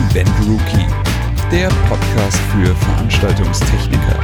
Event Rookie, der Podcast für Veranstaltungstechniker.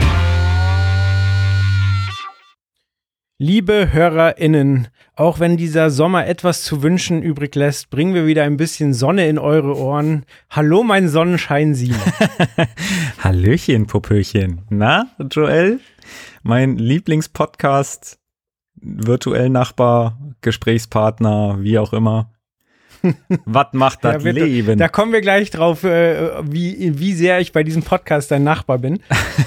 Liebe HörerInnen, auch wenn dieser Sommer etwas zu wünschen übrig lässt, bringen wir wieder ein bisschen Sonne in eure Ohren. Hallo, mein Sonnenschein Simon. Hallöchen, Popöchen. Na, Joel? Mein Lieblingspodcast, virtuell Nachbar, Gesprächspartner, wie auch immer. Was macht das Leben? Da kommen wir gleich drauf, wie sehr ich bei diesem Podcast dein Nachbar bin.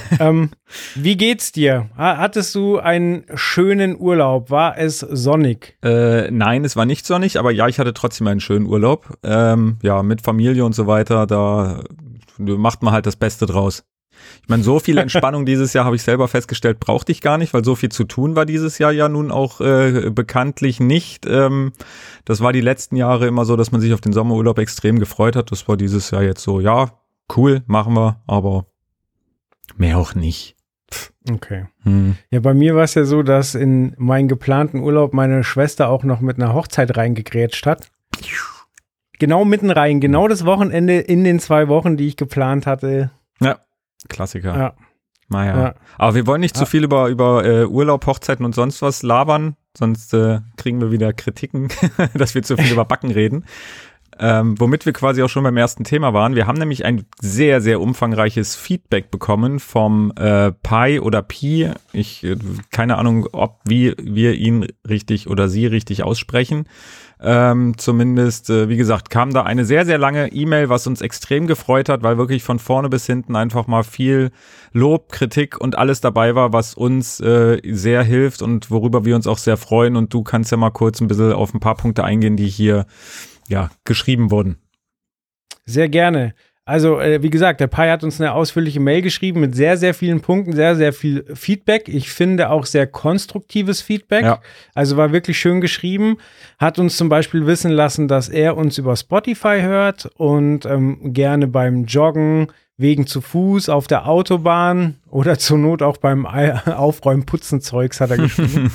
Wie geht's dir? Hattest du einen schönen Urlaub? War es sonnig? Nein, es war nicht sonnig, aber ja, ich hatte trotzdem einen schönen Urlaub. Mit Familie und so weiter, da macht man halt das Beste draus. Ich meine, so viel Entspannung dieses Jahr, habe ich selber festgestellt, brauchte ich gar nicht, weil so viel zu tun war dieses Jahr ja nun auch bekanntlich nicht. Das war die letzten Jahre immer so, dass man sich auf den Sommerurlaub extrem gefreut hat. Das war dieses Jahr jetzt so, ja, cool, machen wir, aber mehr auch nicht. Okay. Ja, bei mir war es ja so, dass in meinen geplanten Urlaub meine Schwester auch noch mit einer Hochzeit reingegrätscht hat. Genau mitten rein, genau das Wochenende in den 2 Wochen, die ich geplant hatte. Ja. Klassiker. Ja. Naja. Ja. Aber wir wollen nicht zu viel über Urlaub, Hochzeiten und sonst was labern, sonst kriegen wir wieder Kritiken, dass wir zu viel über Backen reden. Womit wir quasi auch schon beim ersten Thema waren. Wir haben nämlich ein sehr, sehr umfangreiches Feedback bekommen vom Pi oder Pi. Keine Ahnung, wie wir ihn richtig oder sie richtig aussprechen. Zumindest, wie gesagt, kam da eine sehr, sehr lange E-Mail, was uns extrem gefreut hat, weil wirklich von vorne bis hinten einfach mal viel Lob, Kritik und alles dabei war, was uns sehr hilft und worüber wir uns auch sehr freuen. Und du kannst ja mal kurz ein bisschen auf ein paar Punkte eingehen, die hier geschrieben wurden. Sehr gerne. Also, wie gesagt, der Pi hat uns eine ausführliche Mail geschrieben mit sehr, sehr vielen Punkten, sehr, sehr viel Feedback. Ich finde auch sehr konstruktives Feedback. Ja. Also war wirklich schön geschrieben. Hat uns zum Beispiel wissen lassen, dass er uns über Spotify hört und gerne beim Joggen, Wegen zu Fuß, auf der Autobahn oder zur Not auch beim Aufräumen, Putzen Zeugs hat er geschrieben.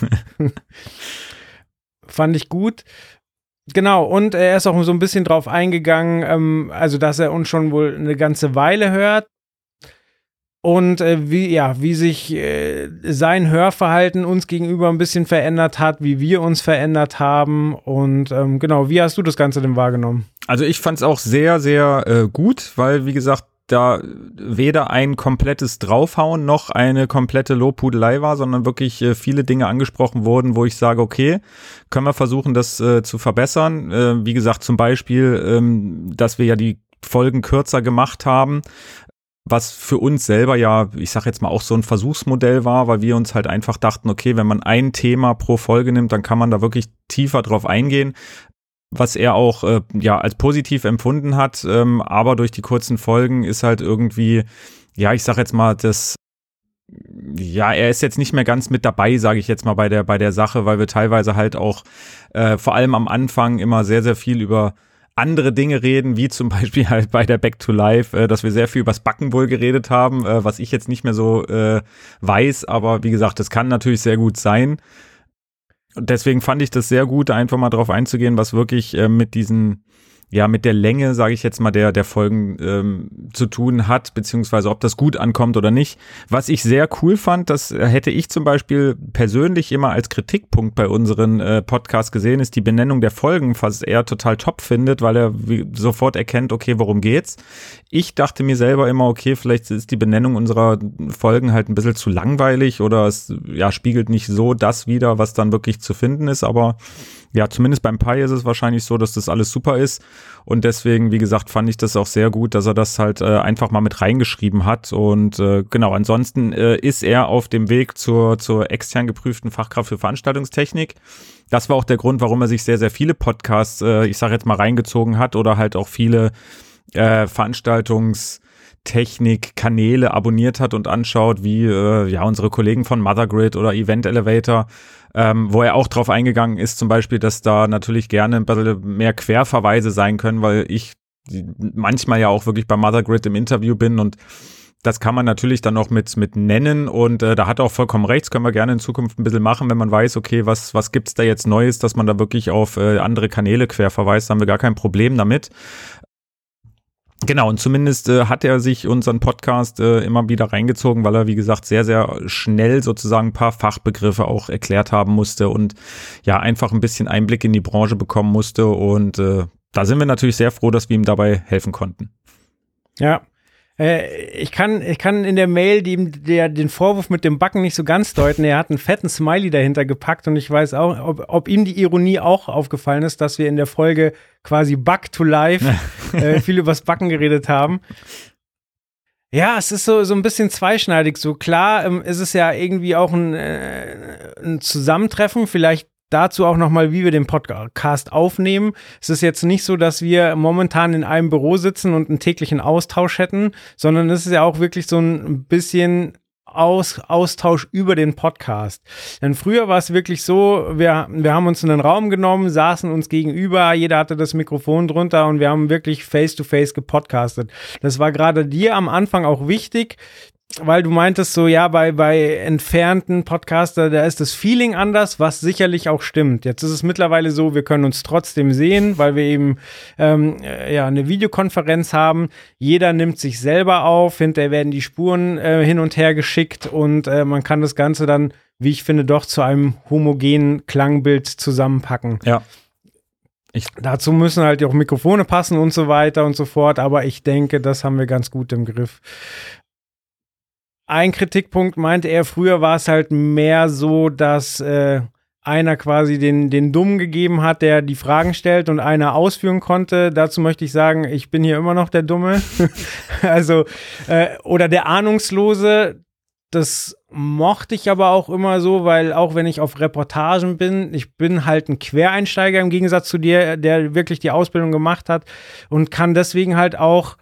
Fand ich gut. Genau, und er ist auch so ein bisschen drauf eingegangen, also dass er uns schon wohl eine ganze Weile hört und wie sich sein Hörverhalten uns gegenüber ein bisschen verändert hat, wie wir uns verändert haben und genau, wie hast du das Ganze denn wahrgenommen? Also ich fand es auch sehr, sehr gut, weil wie gesagt, da weder ein komplettes Draufhauen noch eine komplette Lobhudelei war, sondern wirklich viele Dinge angesprochen wurden, wo ich sage, okay, können wir versuchen, das zu verbessern. Wie gesagt, zum Beispiel, dass wir ja die Folgen kürzer gemacht haben, was für uns selber ja, ich sag jetzt mal auch so ein Versuchsmodell war, weil wir uns halt einfach dachten, okay, wenn man ein Thema pro Folge nimmt, dann kann man da wirklich tiefer drauf eingehen. Was er auch als positiv empfunden hat, aber durch die kurzen Folgen ist halt irgendwie, ich sag jetzt mal, er ist jetzt nicht mehr ganz mit dabei, sage ich jetzt mal bei der Sache, weil wir teilweise halt auch vor allem am Anfang immer sehr, sehr viel über andere Dinge reden, wie zum Beispiel halt bei der Back to Life, dass wir sehr viel übers Backen wohl geredet haben, was ich jetzt nicht mehr so weiß, aber wie gesagt, das kann natürlich sehr gut sein. Und deswegen fand ich das sehr gut, einfach mal drauf einzugehen, was wirklich mit der Länge, sage ich jetzt mal, der Folgen zu tun hat, beziehungsweise ob das gut ankommt oder nicht. Was ich sehr cool fand, das hätte ich zum Beispiel persönlich immer als Kritikpunkt bei unseren Podcasts gesehen, ist die Benennung der Folgen, was er total top findet, weil er sofort erkennt, okay, worum geht's. Ich dachte mir selber immer, okay, vielleicht ist die Benennung unserer Folgen halt ein bisschen zu langweilig oder es spiegelt nicht so das wider, was dann wirklich zu finden ist, aber ja, zumindest beim Pi ist es wahrscheinlich so, dass das alles super ist und deswegen, wie gesagt, fand ich das auch sehr gut, dass er das halt einfach mal mit reingeschrieben hat und genau, ansonsten ist er auf dem Weg zur extern geprüften Fachkraft für Veranstaltungstechnik. Das war auch der Grund, warum er sich sehr, sehr viele Podcasts, ich sage jetzt mal, reingezogen hat oder halt auch viele Veranstaltungstechnik-Kanäle abonniert hat und anschaut, wie unsere Kollegen von Mothergrid oder Event Elevator, wo er auch drauf eingegangen ist, zum Beispiel, dass da natürlich gerne ein bisschen mehr Querverweise sein können, weil ich manchmal ja auch wirklich bei Mothergrid im Interview bin und das kann man natürlich dann noch mit nennen und da hat er auch vollkommen recht, das können wir gerne in Zukunft ein bisschen machen, wenn man weiß, okay, was gibt's da jetzt Neues, dass man da wirklich auf andere Kanäle quer verweist, haben wir gar kein Problem damit. Genau, und zumindest hat er sich unseren Podcast immer wieder reingezogen, weil er, wie gesagt, sehr, sehr schnell sozusagen ein paar Fachbegriffe auch erklärt haben musste und ja, einfach ein bisschen Einblick in die Branche bekommen musste. Und da sind wir natürlich sehr froh, dass wir ihm dabei helfen konnten. Ja. Ich kann in der Mail den Vorwurf mit dem Backen nicht so ganz deuten. Er hat einen fetten Smiley dahinter gepackt und ich weiß auch, ob ihm die Ironie auch aufgefallen ist, dass wir in der Folge quasi Back to Life viel übers Backen geredet haben. Ja, es ist so ein bisschen zweischneidig. So klar ist es ja irgendwie auch ein Zusammentreffen, vielleicht dazu auch nochmal, wie wir den Podcast aufnehmen. Es ist jetzt nicht so, dass wir momentan in einem Büro sitzen und einen täglichen Austausch hätten, sondern es ist ja auch wirklich so ein bisschen Austausch über den Podcast. Denn früher war es wirklich so, wir haben uns in einen Raum genommen, saßen uns gegenüber, jeder hatte das Mikrofon drunter und wir haben wirklich face-to-face gepodcastet. Das war gerade dir am Anfang auch wichtig, weil du meintest so, ja, bei entfernten Podcaster, da ist das Feeling anders, was sicherlich auch stimmt. Jetzt ist es mittlerweile so, wir können uns trotzdem sehen, weil wir eben eine Videokonferenz haben. Jeder nimmt sich selber auf, hinterher werden die Spuren hin und her geschickt und man kann das Ganze dann, wie ich finde, doch zu einem homogenen Klangbild zusammenpacken. Ja. Dazu müssen halt auch Mikrofone passen und so weiter und so fort, aber ich denke, das haben wir ganz gut im Griff. Ein Kritikpunkt meinte er, früher war es halt mehr so, dass einer quasi den Dummen gegeben hat, der die Fragen stellt und einer ausführen konnte. Dazu möchte ich sagen, ich bin hier immer noch der Dumme. Also, oder der Ahnungslose. Das mochte ich aber auch immer so, weil auch wenn ich auf Reportagen bin, ich bin halt ein Quereinsteiger im Gegensatz zu dir, der wirklich die Ausbildung gemacht hat und kann deswegen halt auch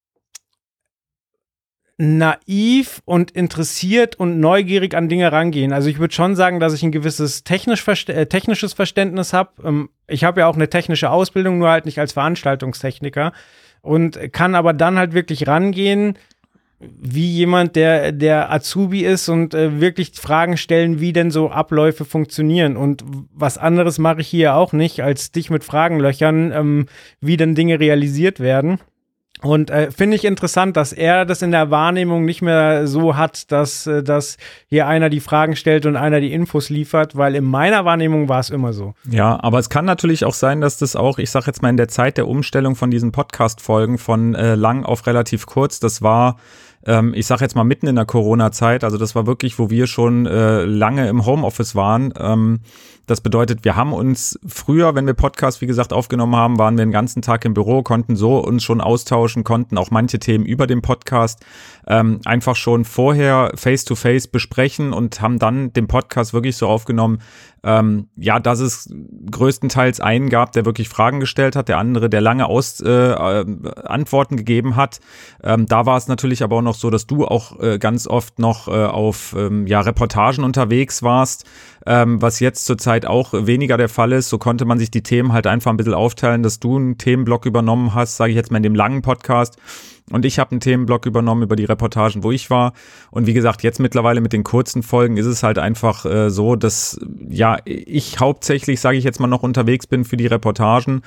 naiv und interessiert und neugierig an Dinge rangehen. Also ich würde schon sagen, dass ich ein gewisses technisches Verständnis habe. Ich habe ja auch eine technische Ausbildung, nur halt nicht als Veranstaltungstechniker und kann aber dann halt wirklich rangehen, wie jemand, der Azubi ist und wirklich Fragen stellen, wie denn so Abläufe funktionieren. Und was anderes mache ich hier auch nicht, als dich mit Fragen löchern, wie denn Dinge realisiert werden. Und finde ich interessant, dass er das in der Wahrnehmung nicht mehr so hat, dass hier einer die Fragen stellt und einer die Infos liefert, weil in meiner Wahrnehmung war es immer so. Ja, aber es kann natürlich auch sein, dass das auch, ich sag jetzt mal in der Zeit der Umstellung von diesen Podcast-Folgen von lang auf relativ kurz, das war ich sag jetzt mal mitten in der Corona-Zeit, also das war wirklich, wo wir schon lange im Homeoffice waren. Das bedeutet, wir haben uns früher, wenn wir Podcasts, wie gesagt, aufgenommen haben, waren wir den ganzen Tag im Büro, konnten so uns schon austauschen, konnten auch manche Themen über den Podcast einfach schon vorher face-to-face besprechen und haben dann den Podcast wirklich so aufgenommen, dass es größtenteils einen gab, der wirklich Fragen gestellt hat, der andere, der lange Antworten gegeben hat. Da war es natürlich aber auch noch so, dass du auch ganz oft noch auf Reportagen unterwegs warst, was jetzt zurzeit auch weniger der Fall ist. So konnte man sich die Themen halt einfach ein bisschen aufteilen, dass du einen Themenblock übernommen hast, sage ich jetzt mal in dem langen Podcast. Und ich habe einen Themenblock übernommen über die Reportagen, wo ich war. Und wie gesagt, jetzt mittlerweile mit den kurzen Folgen ist es halt einfach so, dass ich hauptsächlich, sage ich jetzt mal, noch unterwegs bin für die Reportagen.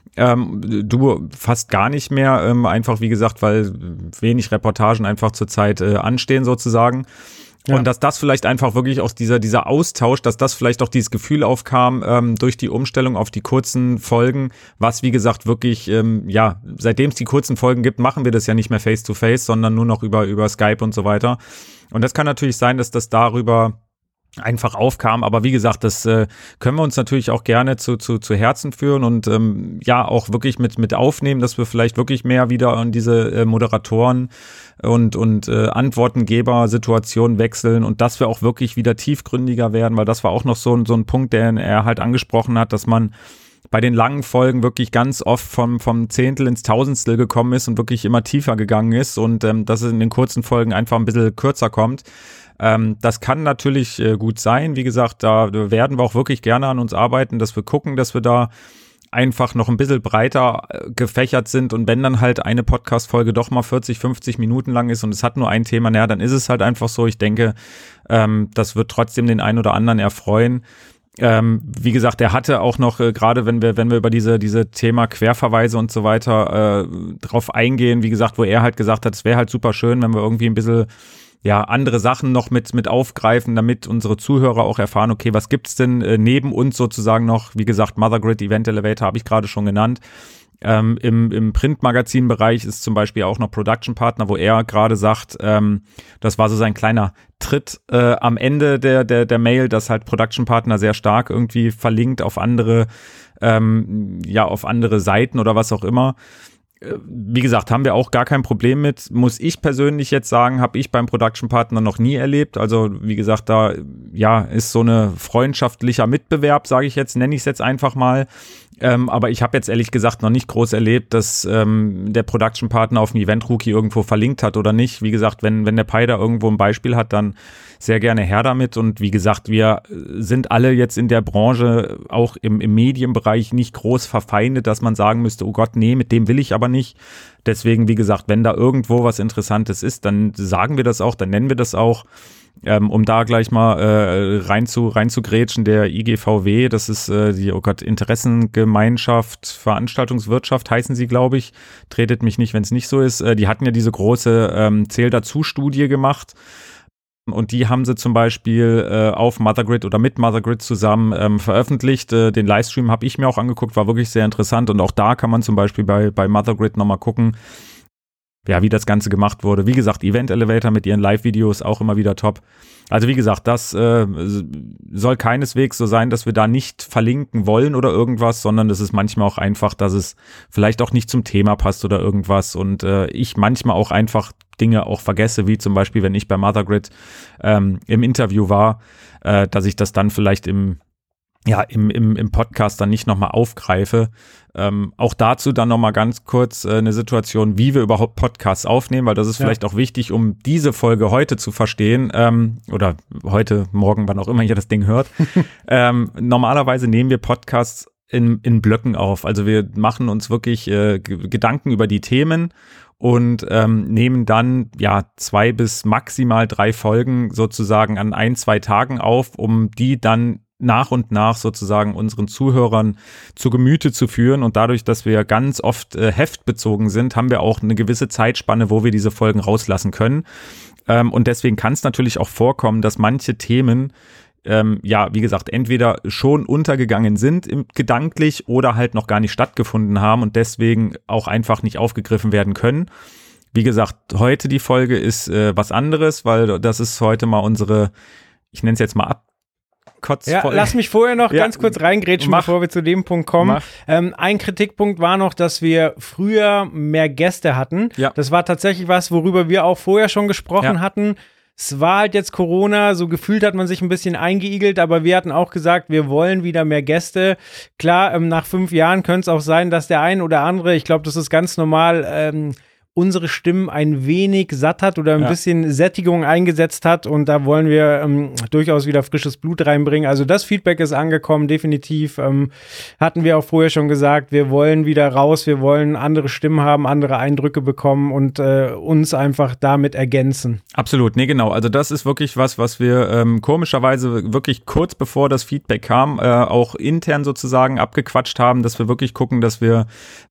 Du fast gar nicht mehr, einfach wie gesagt, weil wenig Reportagen einfach zurzeit anstehen sozusagen. Ja. Und dass das vielleicht einfach wirklich aus dieser Austausch, dass das vielleicht auch dieses Gefühl aufkam durch die Umstellung auf die kurzen Folgen, was wie gesagt wirklich, seitdem es die kurzen Folgen gibt, machen wir das ja nicht mehr face-to-face, sondern nur noch über Skype und so weiter. Und das kann natürlich sein, dass das darüber einfach aufkam, aber wie gesagt, das können wir uns natürlich auch gerne zu Herzen führen und auch wirklich mit aufnehmen, dass wir vielleicht wirklich mehr wieder an diese Moderatoren und Antwortengeber-Situation wechseln und dass wir auch wirklich wieder tiefgründiger werden, weil das war auch noch so ein Punkt, den er halt angesprochen hat, dass man bei den langen Folgen wirklich ganz oft vom Zehntel ins Tausendstel gekommen ist und wirklich immer tiefer gegangen ist und dass es in den kurzen Folgen einfach ein bisschen kürzer kommt. Das kann natürlich gut sein. Wie gesagt, da werden wir auch wirklich gerne an uns arbeiten, dass wir gucken, dass wir da einfach noch ein bisschen breiter gefächert sind und wenn dann halt eine Podcast-Folge doch mal 40, 50 Minuten lang ist und es hat nur ein Thema, dann ist es halt einfach so. Ich denke, das wird trotzdem den einen oder anderen erfreuen. Wie gesagt, er hatte auch noch, gerade wenn wir über diese Thema Querverweise und so weiter drauf eingehen, wie gesagt, wo er halt gesagt hat, es wäre halt super schön, wenn wir irgendwie ein bisschen andere Sachen noch mit aufgreifen, damit unsere Zuhörer auch erfahren, okay, was gibt's denn neben uns sozusagen noch, wie gesagt, Mothergrid, Event Elevator habe ich gerade schon genannt. Im Printmagazin-Bereich ist zum Beispiel auch noch Production Partner, wo er gerade sagt, das war so sein kleiner Tritt am Ende der Mail, dass halt Production Partner sehr stark irgendwie verlinkt auf andere auf andere Seiten oder was auch immer. Wie gesagt, haben wir auch gar kein Problem mit. Muss ich persönlich jetzt sagen, habe ich beim Production Partner noch nie erlebt. Also wie gesagt, da ist so eine freundschaftlicher Mitbewerb, sage ich jetzt, nenne ich es jetzt einfach mal. Aber ich habe jetzt ehrlich gesagt noch nicht groß erlebt, dass der Production Partner auf dem Event Rookie irgendwo verlinkt hat oder nicht. Wie gesagt, wenn der Pi da irgendwo ein Beispiel hat, dann sehr gerne her damit. Und wie gesagt, wir sind alle jetzt in der Branche, auch im Medienbereich, nicht groß verfeindet, dass man sagen müsste, oh Gott, nee, mit dem will ich aber nicht. Deswegen, wie gesagt, wenn da irgendwo was Interessantes ist, dann sagen wir das auch, dann nennen wir das auch. Um da gleich mal rein zu grätschen, der IGVW, das ist die Interessengemeinschaft Veranstaltungswirtschaft heißen sie, glaube ich. Tretet mich nicht, wenn es nicht so ist. Die hatten ja diese große Zähl-dazu-Studie gemacht. Und die haben sie zum Beispiel auf Mothergrid oder mit Mothergrid zusammen veröffentlicht. Den Livestream habe ich mir auch angeguckt, war wirklich sehr interessant. Und auch da kann man zum Beispiel bei Mothergrid nochmal gucken, wie das Ganze gemacht wurde. Wie gesagt, Event Elevator mit ihren Live-Videos auch immer wieder top. Also wie gesagt, das soll keineswegs so sein, dass wir da nicht verlinken wollen oder irgendwas, sondern es ist manchmal auch einfach, dass es vielleicht auch nicht zum Thema passt oder irgendwas und ich manchmal auch einfach Dinge auch vergesse, wie zum Beispiel, wenn ich bei Mothergrid im Interview war, dass ich das dann vielleicht im Podcast dann nicht nochmal aufgreife. Auch dazu dann nochmal ganz kurz eine Situation, wie wir überhaupt Podcasts aufnehmen, weil das ist vielleicht auch wichtig, um diese Folge heute zu verstehen, oder heute, morgen, wann auch immer ihr das Ding hört. Normalerweise nehmen wir Podcasts in Blöcken auf. Also wir machen uns wirklich Gedanken über die Themen und nehmen dann 2 bis maximal 3 Folgen sozusagen an 1-2 Tagen auf, um die dann nach und nach sozusagen unseren Zuhörern zu Gemüte zu führen und dadurch, dass wir ganz oft heftbezogen sind, haben wir auch eine gewisse Zeitspanne, wo wir diese Folgen rauslassen können und deswegen kann es natürlich auch vorkommen, dass manche Themen wie gesagt, entweder schon untergegangen sind gedanklich oder halt noch gar nicht stattgefunden haben und deswegen auch einfach nicht aufgegriffen werden können. Wie gesagt, heute die Folge ist was anderes, weil das ist heute mal unsere, ich nenne es jetzt mal lass mich vorher noch ganz kurz reingrätschen, bevor wir zu dem Punkt kommen. Ein Kritikpunkt war noch, dass wir früher mehr Gäste hatten. Ja. Das war tatsächlich was, worüber wir auch vorher schon gesprochen hatten. Es war halt jetzt Corona, so gefühlt hat man sich ein bisschen eingeigelt, aber wir hatten auch gesagt, wir wollen wieder mehr Gäste. Klar, nach 5 Jahren könnte es auch sein, dass der ein oder andere, ich glaube, das ist ganz normal, unsere Stimmen ein wenig satt hat oder ein bisschen Sättigung eingesetzt hat und da wollen wir durchaus wieder frisches Blut reinbringen. Also das Feedback ist angekommen, definitiv. Hatten wir auch vorher schon gesagt, wir wollen wieder raus, wir wollen andere Stimmen haben, andere Eindrücke bekommen und uns einfach damit ergänzen. Absolut, nee, genau. Also das ist wirklich was wir komischerweise wirklich kurz bevor das Feedback kam, auch intern sozusagen abgequatscht haben, dass wir wirklich gucken, dass wir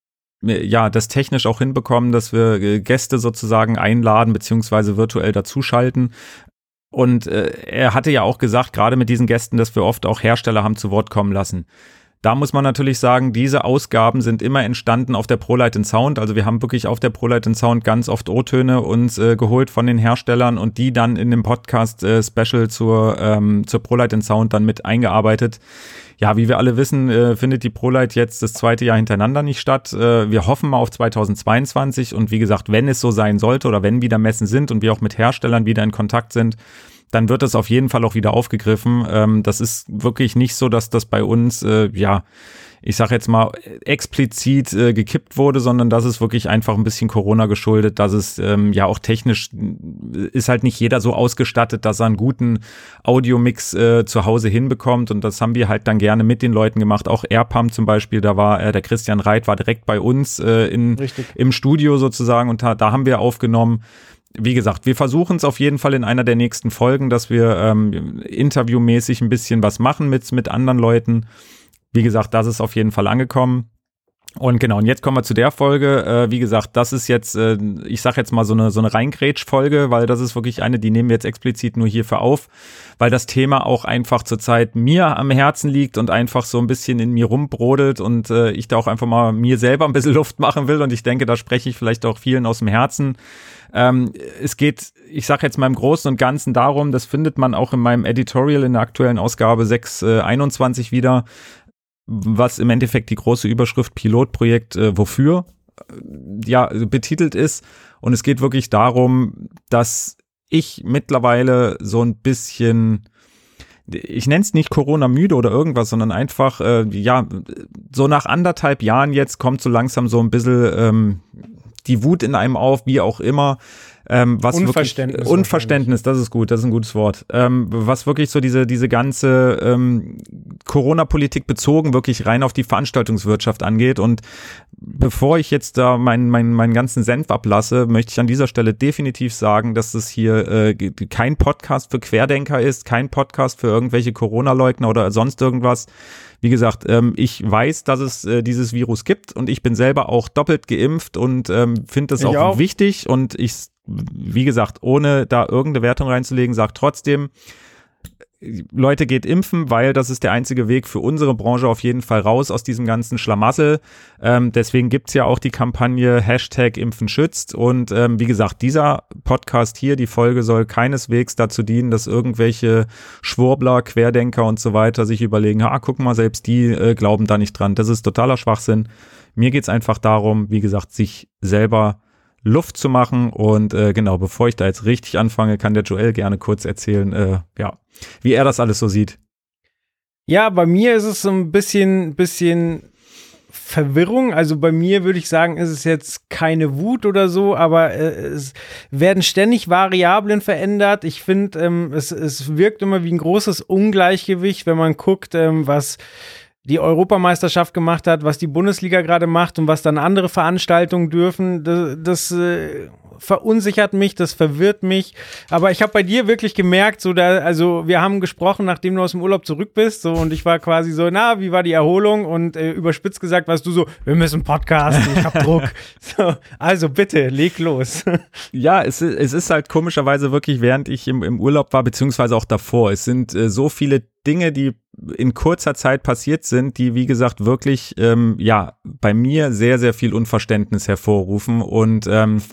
das technisch auch hinbekommen, dass wir Gäste sozusagen einladen beziehungsweise virtuell dazuschalten. Und er hatte ja auch gesagt, gerade mit diesen Gästen, dass wir oft auch Hersteller haben zu Wort kommen lassen. Da muss man natürlich sagen, diese Ausgaben sind immer entstanden auf der ProLight & Sound. Also wir haben wirklich auf der ProLight & Sound ganz oft O-Töne uns geholt von den Herstellern und die dann in dem Podcast-Special zur ProLight & Sound dann mit eingearbeitet. Ja, wie wir alle wissen, findet die ProLight jetzt das 2. Jahr hintereinander nicht statt. Wir hoffen mal auf 2022 und wie gesagt, wenn es so sein sollte oder wenn wieder Messen sind und wir auch mit Herstellern wieder in Kontakt sind, dann wird das auf jeden Fall auch wieder aufgegriffen. Das ist wirklich nicht so, dass das bei uns, ich sag jetzt mal, explizit gekippt wurde, sondern das ist wirklich einfach ein bisschen Corona geschuldet, dass es auch technisch ist halt nicht jeder so ausgestattet, dass er einen guten Audiomix zu Hause hinbekommt und das haben wir halt dann gerne mit den Leuten gemacht. Auch Airpump zum Beispiel, da war der Christian Reit war direkt bei uns im Studio sozusagen und da haben wir aufgenommen. wie gesagt, wir versuchen es auf jeden Fall in einer der nächsten Folgen, dass wir interviewmäßig ein bisschen was machen mit anderen Leuten. Wie gesagt, das ist auf jeden Fall angekommen. Und genau, und jetzt kommen wir zu der Folge. Wie gesagt, das ist jetzt, ich sag jetzt mal so eine Reingrätsch-Folge, weil das ist wirklich eine, die nehmen wir jetzt explizit nur hierfür auf, weil das Thema auch einfach zurzeit mir am Herzen liegt und einfach so ein bisschen in mir rumbrodelt und ich da auch einfach mal mir selber ein bisschen Luft machen will und ich denke, da spreche ich vielleicht auch vielen aus dem Herzen. Es geht, ich sag jetzt mal im Großen und Ganzen darum, das findet man auch in meinem Editorial in der aktuellen Ausgabe 6/21 wieder, was im Endeffekt die große Überschrift Pilotprojekt wofür betitelt ist. Und es geht wirklich darum, dass ich mittlerweile so ein bisschen, ich nenne es nicht Corona-müde oder irgendwas, sondern einfach, so nach 1,5 Jahren jetzt kommt so langsam so ein bisschen die Wut in einem auf, wie auch immer. Was Unverständnis, das ist gut, das ist ein gutes Wort. Was wirklich so diese ganze Corona-Politik bezogen wirklich rein auf die Veranstaltungswirtschaft angeht. Und bevor ich jetzt da meinen ganzen Senf ablasse, möchte ich an dieser Stelle definitiv sagen, dass es hier kein Podcast für Querdenker ist, kein Podcast für irgendwelche Corona-Leugner oder sonst irgendwas. Wie gesagt, ich weiß, dass es dieses Virus gibt und ich bin selber auch doppelt geimpft und finde das auch wichtig und wie gesagt, ohne da irgendeine Wertung reinzulegen, sage trotzdem, Leute, geht impfen, weil das ist der einzige Weg für unsere Branche auf jeden Fall raus aus diesem ganzen Schlamassel. Deswegen gibt's ja auch die Kampagne #Impfen schützt und wie gesagt, dieser Podcast hier, die Folge soll keineswegs dazu dienen, dass irgendwelche Schwurbler, Querdenker und so weiter sich überlegen, guck mal, selbst die glauben da nicht dran. Das ist totaler Schwachsinn. Mir geht's einfach darum, wie gesagt, sich selber Luft zu machen und genau, bevor ich da jetzt richtig anfange, kann der Joel gerne kurz erzählen, wie er das alles so sieht. Ja, bei mir ist es so ein bisschen Verwirrung. Also bei mir würde ich sagen, ist es jetzt keine Wut oder so, aber es werden ständig Variablen verändert. Ich finde, es wirkt immer wie ein großes Ungleichgewicht, wenn man guckt, was die Europameisterschaft gemacht hat, was die Bundesliga gerade macht und was dann andere Veranstaltungen dürfen. Das verunsichert mich, das verwirrt mich. Aber ich habe bei dir wirklich gemerkt, also wir haben gesprochen, nachdem du aus dem Urlaub zurück bist, so, und ich war quasi so, wie war die Erholung? Und überspitzt gesagt warst du so, wir müssen podcasten, ich hab Druck. So, also bitte, leg los. Ja, es ist halt komischerweise wirklich, während ich im Urlaub war, beziehungsweise auch davor, es sind so viele Dinge, die in kurzer Zeit passiert sind, die, wie gesagt, wirklich, bei mir sehr, sehr viel Unverständnis hervorrufen und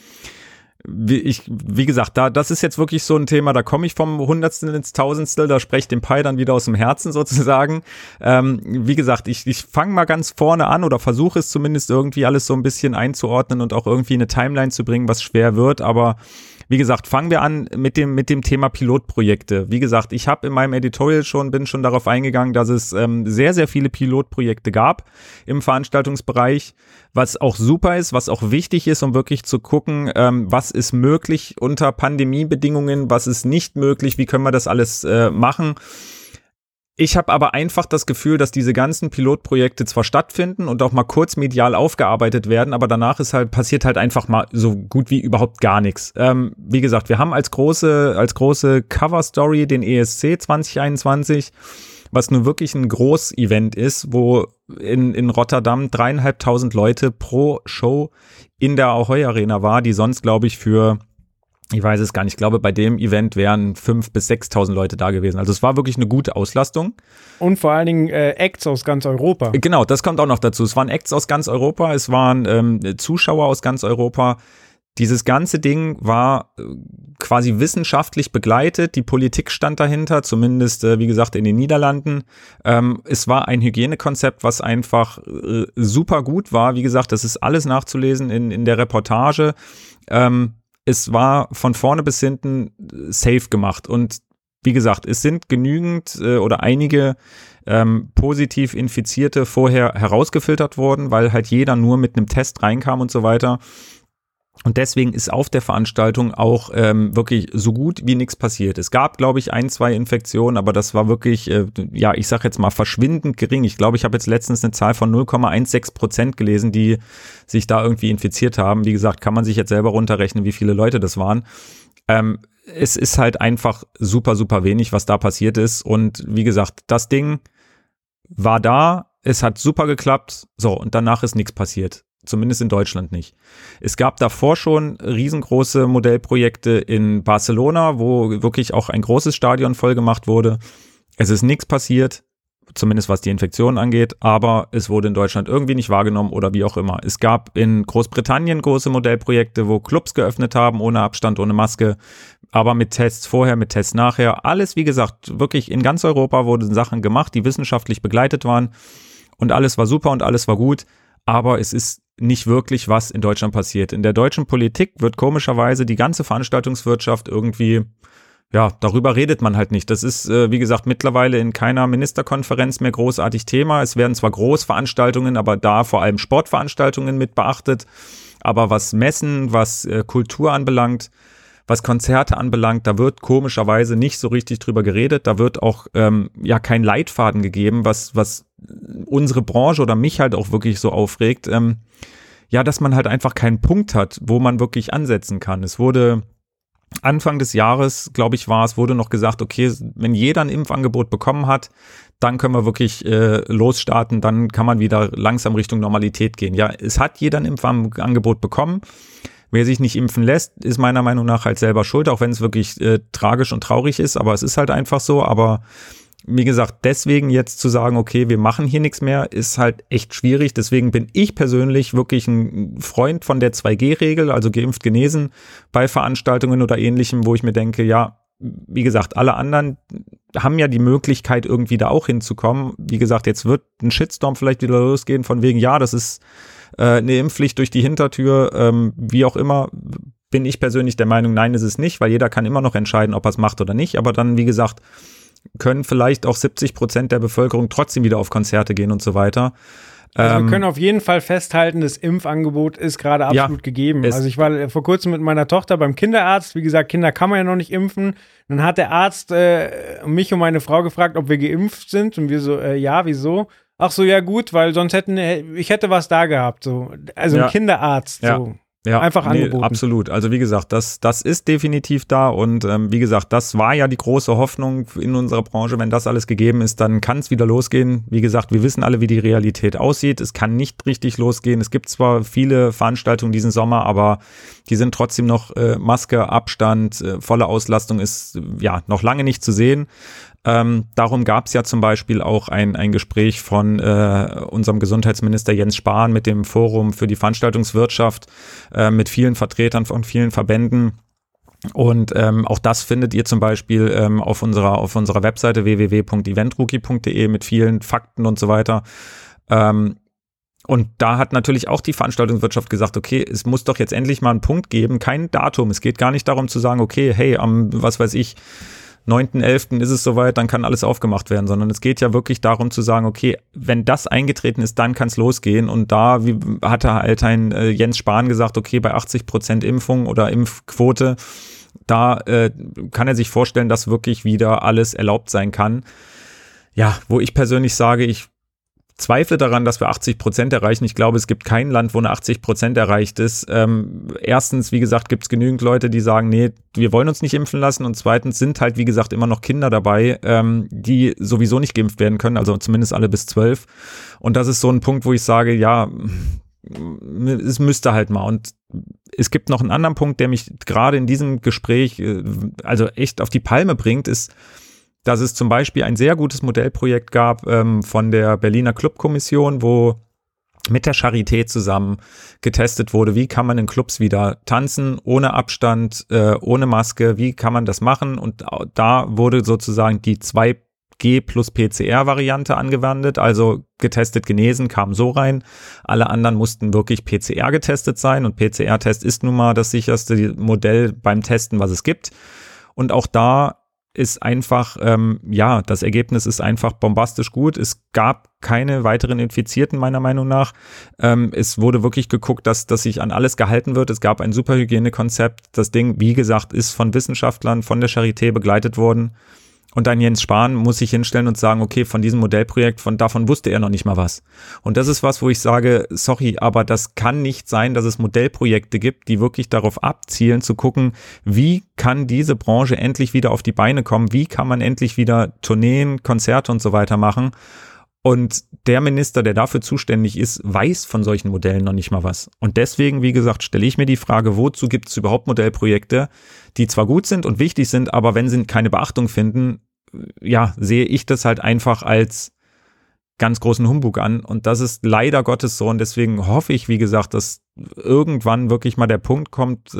wie gesagt, das ist jetzt wirklich so ein Thema, da komme ich vom Hundertstel ins Tausendstel, da spreche ich dem Pi dann wieder aus dem Herzen sozusagen. Wie gesagt, ich fange mal ganz vorne an oder versuche es zumindest irgendwie alles so ein bisschen einzuordnen und auch irgendwie eine Timeline zu bringen, was schwer wird, aber wie gesagt, fangen wir an mit dem Thema Pilotprojekte. Wie gesagt, ich habe in meinem Editorial bin schon darauf eingegangen, dass es sehr, sehr viele Pilotprojekte gab im Veranstaltungsbereich, was auch super ist, was auch wichtig ist, um wirklich zu gucken, was ist möglich unter Pandemiebedingungen, was ist nicht möglich, wie können wir das alles machen. Ich habe aber einfach das Gefühl, dass diese ganzen Pilotprojekte zwar stattfinden und auch mal kurz medial aufgearbeitet werden, aber danach passiert halt einfach mal so gut wie überhaupt gar nichts. Wie gesagt, wir haben als große Cover-Story den ESC 2021, was nun wirklich ein Groß-Event ist, wo in Rotterdam 3.500 Leute pro Show in der Ahoy Arena war, die sonst, glaube ich, ich weiß es gar nicht, ich glaube, bei dem Event wären 5.000 bis 6.000 Leute da gewesen. Also es war wirklich eine gute Auslastung. Und vor allen Dingen Acts aus ganz Europa. Genau, das kommt auch noch dazu. Es waren Acts aus ganz Europa, es waren Zuschauer aus ganz Europa. Dieses ganze Ding war quasi wissenschaftlich begleitet. Die Politik stand dahinter, zumindest, wie gesagt, in den Niederlanden. Es war ein Hygienekonzept, was einfach super gut war. Wie gesagt, das ist alles nachzulesen in der Reportage. Es war von vorne bis hinten safe gemacht und wie gesagt, es sind genügend oder einige positiv Infizierte vorher herausgefiltert worden, weil halt jeder nur mit einem Test reinkam und so weiter. Und deswegen ist auf der Veranstaltung auch wirklich so gut wie nichts passiert. Es gab, glaube ich, 1, 2 Infektionen, aber das war wirklich, ich sage jetzt mal verschwindend gering. Ich glaube, ich habe jetzt letztens eine Zahl von 0,16% gelesen, die sich da irgendwie infiziert haben. Wie gesagt, kann man sich jetzt selber runterrechnen, wie viele Leute das waren. Es ist halt einfach super, super wenig, was da passiert ist. Und wie gesagt, das Ding war da, es hat super geklappt, so, und danach ist nichts passiert. Zumindest in Deutschland nicht. Es gab davor schon riesengroße Modellprojekte in Barcelona, wo wirklich auch ein großes Stadion voll gemacht wurde. Es ist nichts passiert, zumindest was die Infektion angeht, aber es wurde in Deutschland irgendwie nicht wahrgenommen oder wie auch immer. Es gab in Großbritannien große Modellprojekte, wo Clubs geöffnet haben, ohne Abstand, ohne Maske, aber mit Tests vorher, mit Tests nachher. Alles, wie gesagt, wirklich in ganz Europa wurden Sachen gemacht, die wissenschaftlich begleitet waren und alles war super und alles war gut, aber es ist nicht wirklich was in Deutschland passiert. In der deutschen Politik wird komischerweise die ganze Veranstaltungswirtschaft irgendwie, darüber redet man halt nicht. Das ist, wie gesagt, mittlerweile in keiner Ministerkonferenz mehr großartig Thema. Es werden zwar Großveranstaltungen, aber da vor allem Sportveranstaltungen mit beachtet. Aber was Messen, was Kultur anbelangt, was Konzerte anbelangt, da wird komischerweise nicht so richtig drüber geredet. Da wird auch kein Leitfaden gegeben, was unsere Branche oder mich halt auch wirklich so aufregt. Dass man halt einfach keinen Punkt hat, wo man wirklich ansetzen kann. Es wurde Anfang des Jahres, glaube ich, wurde noch gesagt, okay, wenn jeder ein Impfangebot bekommen hat, dann können wir wirklich losstarten, dann kann man wieder langsam Richtung Normalität gehen. Ja, es hat jeder ein Impfangebot bekommen. Wer sich nicht impfen lässt, ist meiner Meinung nach halt selber schuld, auch wenn es wirklich tragisch und traurig ist, aber es ist halt einfach so. Aber wie gesagt, deswegen jetzt zu sagen, okay, wir machen hier nichts mehr, ist halt echt schwierig. Deswegen bin ich persönlich wirklich ein Freund von der 2G-Regel, also geimpft, genesen bei Veranstaltungen oder Ähnlichem, wo ich mir denke, ja, wie gesagt, alle anderen haben ja die Möglichkeit, irgendwie da auch hinzukommen. Wie gesagt, jetzt wird ein Shitstorm vielleicht wieder losgehen von wegen, ja, das ist eine Impfpflicht durch die Hintertür, wie auch immer. Bin ich persönlich der Meinung, nein, ist es nicht, weil jeder kann immer noch entscheiden, ob er es macht oder nicht. Aber dann, wie gesagt, können vielleicht auch 70% der Bevölkerung trotzdem wieder auf Konzerte gehen und so weiter. Also wir können auf jeden Fall festhalten, das Impfangebot ist gerade absolut gegeben. Also ich war vor kurzem mit meiner Tochter beim Kinderarzt. Wie gesagt, Kinder kann man ja noch nicht impfen. Dann hat der Arzt mich und meine Frau gefragt, ob wir geimpft sind. Und wir so, ja, wieso? Ach so, ja gut, weil sonst ich hätte was da gehabt. So. Also ein Kinderarzt, so. Ja, einfach angeboten. Absolut. Also wie gesagt, das ist definitiv da und wie gesagt, das war ja die große Hoffnung in unserer Branche. Wenn das alles gegeben ist, dann kann es wieder losgehen. Wie gesagt, wir wissen alle, wie die Realität aussieht. Es kann nicht richtig losgehen. Es gibt zwar viele Veranstaltungen diesen Sommer, aber die sind trotzdem noch Maske, Abstand, volle Auslastung ist noch lange nicht zu sehen. Darum gab es ja zum Beispiel auch ein Gespräch von unserem Gesundheitsminister Jens Spahn mit dem Forum für die Veranstaltungswirtschaft, mit vielen Vertretern von vielen Verbänden. Und auch das findet ihr zum Beispiel auf unserer Webseite www.eventrookie.de mit vielen Fakten und so weiter. Und da hat natürlich auch die Veranstaltungswirtschaft gesagt, okay, es muss doch jetzt endlich mal einen Punkt geben, kein Datum. Es geht gar nicht darum zu sagen, okay, hey, am 9.11. ist es soweit, dann kann alles aufgemacht werden, sondern es geht ja wirklich darum zu sagen, okay, wenn das eingetreten ist, dann kann es losgehen. Und da hatte halt ein Jens Spahn gesagt, okay, bei 80% Impfung oder Impfquote, da kann er sich vorstellen, dass wirklich wieder alles erlaubt sein kann. Ja, wo ich persönlich sage, ich zweifle daran, dass wir 80% erreichen. Ich glaube, es gibt kein Land, wo eine 80% erreicht ist. Erstens, wie gesagt, gibt es genügend Leute, die sagen, nee, wir wollen uns nicht impfen lassen. Und zweitens sind halt, wie gesagt, immer noch Kinder dabei, die sowieso nicht geimpft werden können, also zumindest alle bis 12. Und das ist so ein Punkt, wo ich sage, ja, es müsste halt mal. Und es gibt noch einen anderen Punkt, der mich gerade in diesem Gespräch also echt auf die Palme bringt, ist, dass es zum Beispiel ein sehr gutes Modellprojekt gab von der Berliner Clubkommission, wo mit der Charité zusammen getestet wurde, wie kann man in Clubs wieder tanzen, ohne Abstand, ohne Maske, wie kann man das machen? Und da wurde sozusagen die 2G plus PCR-Variante angewendet, also getestet, genesen, kam so rein. Alle anderen mussten wirklich PCR getestet sein und PCR-Test ist nun mal das sicherste Modell beim Testen, was es gibt. Und auch da ist einfach, das Ergebnis ist einfach bombastisch gut. Es gab keine weiteren Infizierten, meiner Meinung nach. Es wurde wirklich geguckt, dass sich an alles gehalten wird. Es gab ein super Hygienekonzept. Das Ding, wie gesagt, ist von Wissenschaftlern, von der Charité begleitet worden. Und dann Jens Spahn muss sich hinstellen und sagen, okay, von diesem Modellprojekt, davon wusste er noch nicht mal was. Und das ist was, wo ich sage, sorry, aber das kann nicht sein, dass es Modellprojekte gibt, die wirklich darauf abzielen, zu gucken, wie kann diese Branche endlich wieder auf die Beine kommen, wie kann man endlich wieder Tourneen, Konzerte und so weiter machen. Und der Minister, der dafür zuständig ist, weiß von solchen Modellen noch nicht mal was. Und deswegen, wie gesagt, stelle ich mir die Frage, wozu gibt es überhaupt Modellprojekte, die zwar gut sind und wichtig sind, aber wenn sie keine Beachtung finden, sehe ich das halt einfach als ganz großen Humbug an. Und das ist leider Gottes so. Und deswegen hoffe ich, wie gesagt, dass irgendwann wirklich mal der Punkt kommt,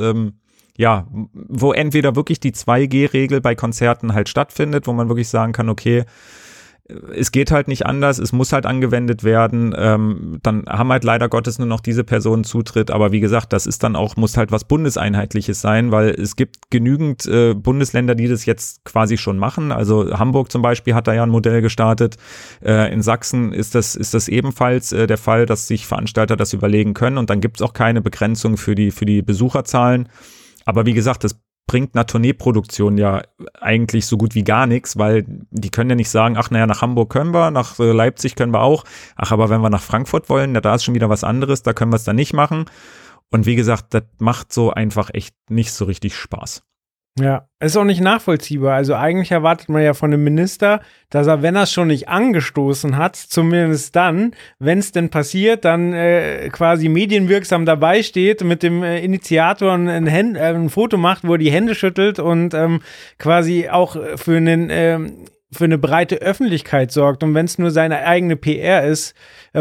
wo entweder wirklich die 2G-Regel bei Konzerten halt stattfindet, wo man wirklich sagen kann, okay, es geht halt nicht anders, es muss halt angewendet werden, dann haben halt leider Gottes nur noch diese Personen Zutritt, aber wie gesagt, das ist dann auch, muss halt was Bundeseinheitliches sein, weil es gibt genügend Bundesländer, die das jetzt quasi schon machen, also Hamburg zum Beispiel hat da ja ein Modell gestartet, in Sachsen ist das ebenfalls der Fall, dass sich Veranstalter das überlegen können und dann gibt es auch keine Begrenzung für die Besucherzahlen, aber wie gesagt, das bringt einer Tourneeproduktion ja eigentlich so gut wie gar nichts, weil die können ja nicht sagen, nach Hamburg können wir, nach Leipzig können wir auch, aber wenn wir nach Frankfurt wollen, da ist schon wieder was anderes, da können wir es dann nicht machen. Und wie gesagt, das macht so einfach echt nicht so richtig Spaß. Ja, ist auch nicht nachvollziehbar. Also eigentlich erwartet man ja von dem Minister, dass er, wenn er es schon nicht angestoßen hat, zumindest dann, wenn es denn passiert, dann quasi medienwirksam dabei steht, mit dem Initiator ein Foto macht, wo er die Hände schüttelt und quasi auch für eine breite Öffentlichkeit sorgt. Und wenn es nur seine eigene PR ist,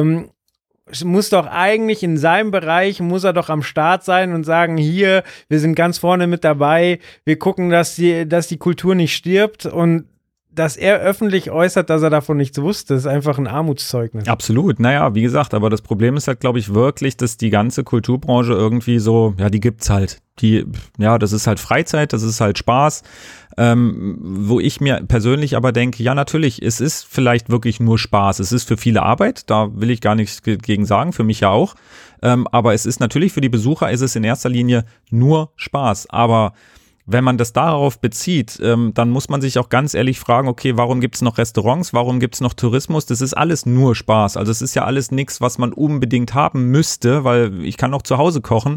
muss doch eigentlich in seinem Bereich, muss er doch am Start sein und sagen, hier, wir sind ganz vorne mit dabei, wir gucken, dass die Kultur nicht stirbt und dass er öffentlich äußert, dass er davon nichts wusste, ist einfach ein Armutszeugnis. Absolut, naja, wie gesagt, aber das Problem ist halt, glaube ich, wirklich, dass die ganze Kulturbranche irgendwie so, die gibt's halt. Das ist halt Freizeit, das ist halt Spaß, wo ich mir persönlich aber denke, ja natürlich, es ist vielleicht wirklich nur Spaß, es ist für viele Arbeit, da will ich gar nichts gegen sagen, für mich ja auch, aber es ist natürlich für die Besucher, ist es in erster Linie nur Spaß, aber wenn man das darauf bezieht, dann muss man sich auch ganz ehrlich fragen, okay, warum gibt es noch Restaurants, warum gibt es noch Tourismus? Das ist alles nur Spaß. Also es ist ja alles nichts, was man unbedingt haben müsste, weil ich kann auch zu Hause kochen.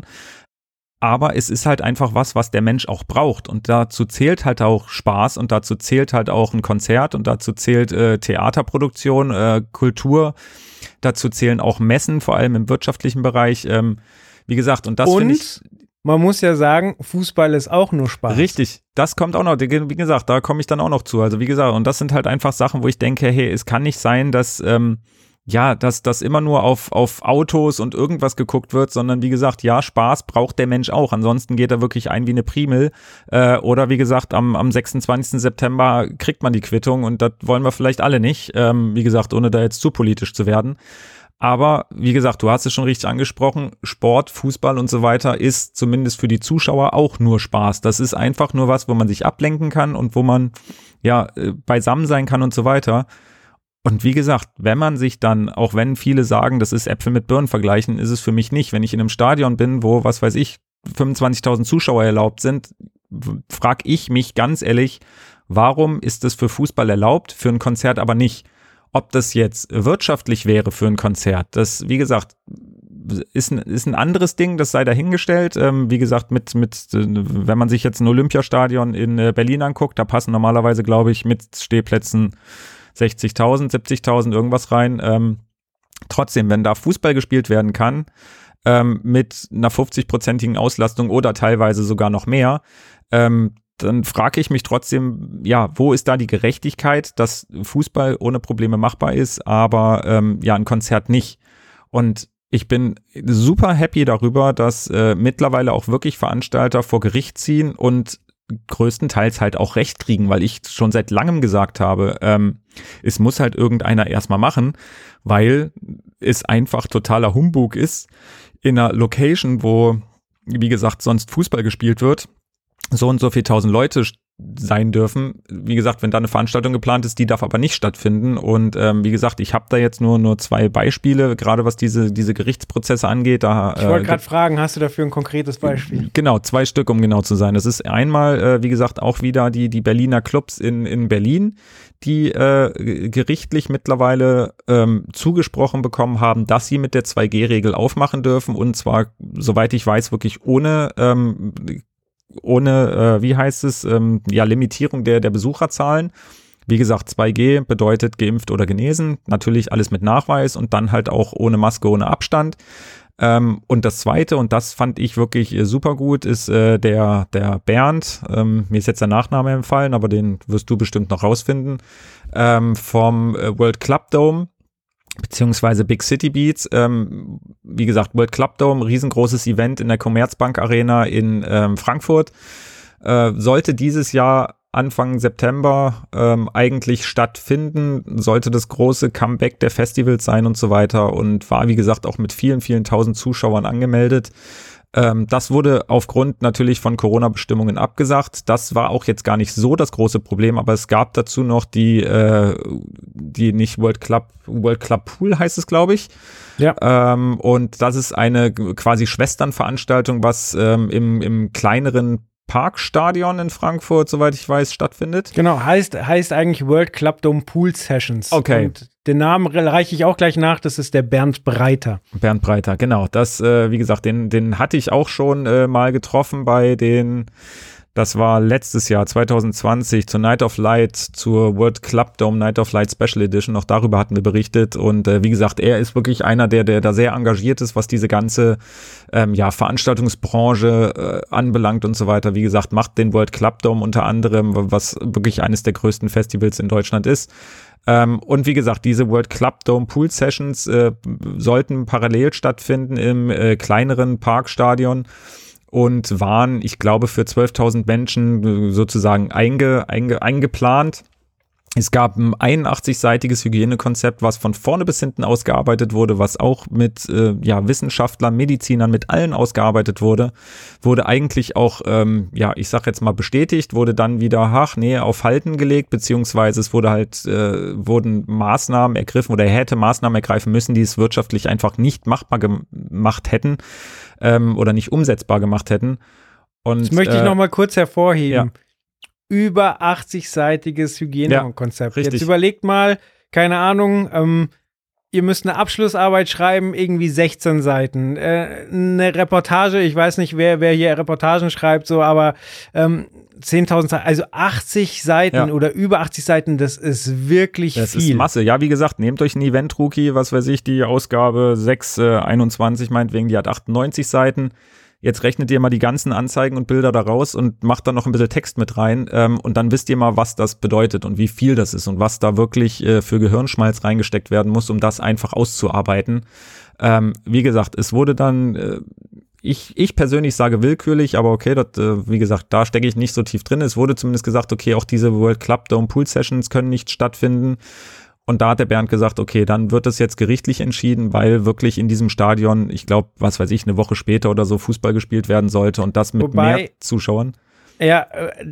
Aber es ist halt einfach was der Mensch auch braucht. Und dazu zählt halt auch Spaß und dazu zählt halt auch ein Konzert und dazu zählt Theaterproduktion, Kultur. Dazu zählen auch Messen, vor allem im wirtschaftlichen Bereich. Wie gesagt, und das finde ich... Man muss ja sagen, Fußball ist auch nur Spaß. Richtig, das kommt auch noch, wie gesagt, da komme ich dann auch noch zu. Also wie gesagt, und das sind halt einfach Sachen, wo ich denke, hey, es kann nicht sein, dass dass immer nur auf Autos und irgendwas geguckt wird, sondern wie gesagt, Spaß braucht der Mensch auch. Ansonsten geht er wirklich ein wie eine Primel. Oder wie gesagt, am 26. September kriegt man die Quittung und das wollen wir vielleicht alle nicht. Wie gesagt, ohne da jetzt zu politisch zu werden. Aber wie gesagt, du hast es schon richtig angesprochen, Sport, Fußball und so weiter ist zumindest für die Zuschauer auch nur Spaß. Das ist einfach nur was, wo man sich ablenken kann und wo man beisammen sein kann und so weiter. Und wie gesagt, wenn man sich dann, auch wenn viele sagen, das ist Äpfel mit Birnen vergleichen, ist es für mich nicht. Wenn ich in einem Stadion bin, wo, 25.000 Zuschauer erlaubt sind, frage ich mich ganz ehrlich, warum ist das für Fußball erlaubt, für ein Konzert aber nicht? Ob das jetzt wirtschaftlich wäre für ein Konzert, das, wie gesagt, ist ein anderes Ding, das sei dahingestellt. Wie gesagt, wenn man sich jetzt ein Olympiastadion in Berlin anguckt, da passen normalerweise, glaube ich, mit Stehplätzen 60.000, 70.000 irgendwas rein. Trotzdem, wenn da Fußball gespielt werden kann, mit einer 50-prozentigen Auslastung oder teilweise sogar noch mehr, dann frage ich mich trotzdem, wo ist da die Gerechtigkeit, dass Fußball ohne Probleme machbar ist, aber ein Konzert nicht. Und ich bin super happy darüber, dass mittlerweile auch wirklich Veranstalter vor Gericht ziehen und größtenteils halt auch Recht kriegen, weil ich schon seit langem gesagt habe, es muss halt irgendeiner erstmal machen, weil es einfach totaler Humbug ist, in einer Location, wo, wie gesagt, sonst Fußball gespielt wird, so und so viel 1000 Leute sein dürfen. Wie gesagt, wenn da eine Veranstaltung geplant ist, die darf aber nicht stattfinden. Und wie gesagt, ich habe da jetzt nur 2 Beispiele, gerade was diese Gerichtsprozesse angeht. Ich wollte gerade fragen, hast du dafür ein konkretes Beispiel? Genau, 2 Stück, um genau zu sein. Das ist einmal, wie gesagt, auch wieder die Berliner Clubs in Berlin, die gerichtlich mittlerweile zugesprochen bekommen haben, dass sie mit der 2G-Regel aufmachen dürfen. Und zwar, soweit ich weiß, wirklich ohne wie heißt es, Limitierung der Besucherzahlen. Wie gesagt, 2G bedeutet geimpft oder genesen, natürlich alles mit Nachweis und dann halt auch ohne Maske, ohne Abstand. Und das Zweite, und das fand ich wirklich super gut, ist der Bernd, mir ist jetzt der Nachname entfallen, aber den wirst du bestimmt noch rausfinden, vom World Club Dome, beziehungsweise Big City Beats. Wie gesagt, World Club Dome, riesengroßes Event in der Commerzbank Arena in Frankfurt. Sollte dieses Jahr Anfang September eigentlich stattfinden, sollte das große Comeback der Festivals sein und so weiter und war, wie gesagt, auch mit vielen, vielen tausend Zuschauern angemeldet. Das wurde aufgrund natürlich von Corona-Bestimmungen abgesagt. Das war auch jetzt gar nicht so das große Problem, aber es gab dazu noch die nicht World Club Pool heißt es, glaube ich. Ja. Und das ist eine quasi Schwesternveranstaltung, was im kleineren Parkstadion in Frankfurt, soweit ich weiß, stattfindet. Genau, heißt eigentlich World Club Dome Pool Sessions. Okay. Und den Namen reiche ich auch gleich nach, das ist der Bernd Breiter. Bernd Breiter, genau. Das, wie gesagt, den hatte ich auch schon mal getroffen das war letztes Jahr, 2020, zur Night of Light, zur World Club Dome Night of Light Special Edition. Auch darüber hatten wir berichtet. Und wie gesagt, er ist wirklich einer, der da sehr engagiert ist, was diese ganze Veranstaltungsbranche anbelangt und so weiter. Wie gesagt, macht den World Club Dome unter anderem, was wirklich eines der größten Festivals in Deutschland ist. Und wie gesagt, diese World Club Dome Pool Sessions sollten parallel stattfinden im kleineren Parkstadion. Und waren, ich glaube, für 12.000 Menschen sozusagen eingeplant. Es gab ein 81-seitiges Hygienekonzept, was von vorne bis hinten ausgearbeitet wurde, was auch mit Wissenschaftlern, Medizinern, mit allen ausgearbeitet wurde. Wurde eigentlich auch, ich sag jetzt mal bestätigt, wurde dann wieder, auf Halten gelegt, beziehungsweise es wurden Maßnahmen ergriffen oder er hätte Maßnahmen ergreifen müssen, die es wirtschaftlich einfach nicht machbar gemacht hätten oder nicht umsetzbar gemacht hätten. Und, das möchte ich noch mal kurz hervorheben. Ja. Über 80-seitiges Hygienekonzept. Ja, jetzt überlegt mal, keine Ahnung, ihr müsst eine Abschlussarbeit schreiben, irgendwie 16 Seiten. Eine Reportage, ich weiß nicht, wer hier Reportagen schreibt, so, aber 10.000 Seiten, also 80 Seiten oder über 80 Seiten, das ist wirklich viel. Das ist Masse. Ja, wie gesagt, nehmt euch einen Event-Rookie, was weiß ich, die Ausgabe 621 meinetwegen, die hat 98 Seiten. Jetzt rechnet ihr mal die ganzen Anzeigen und Bilder da raus und macht dann noch ein bisschen Text mit rein und dann wisst ihr mal, was das bedeutet und wie viel das ist und was da wirklich für Gehirnschmalz reingesteckt werden muss, um das einfach auszuarbeiten. Wie gesagt, es wurde dann, ich persönlich sage willkürlich, aber okay, wie gesagt, da stecke ich nicht so tief drin. Es wurde zumindest gesagt, okay, auch diese World Club Dome Pool Sessions können nicht stattfinden. Und da hat der Bernd gesagt, okay, dann wird es jetzt gerichtlich entschieden, weil wirklich in diesem Stadion, ich glaube, was weiß ich, eine Woche später oder so Fußball gespielt werden sollte und das mit mehr Zuschauern. Ja,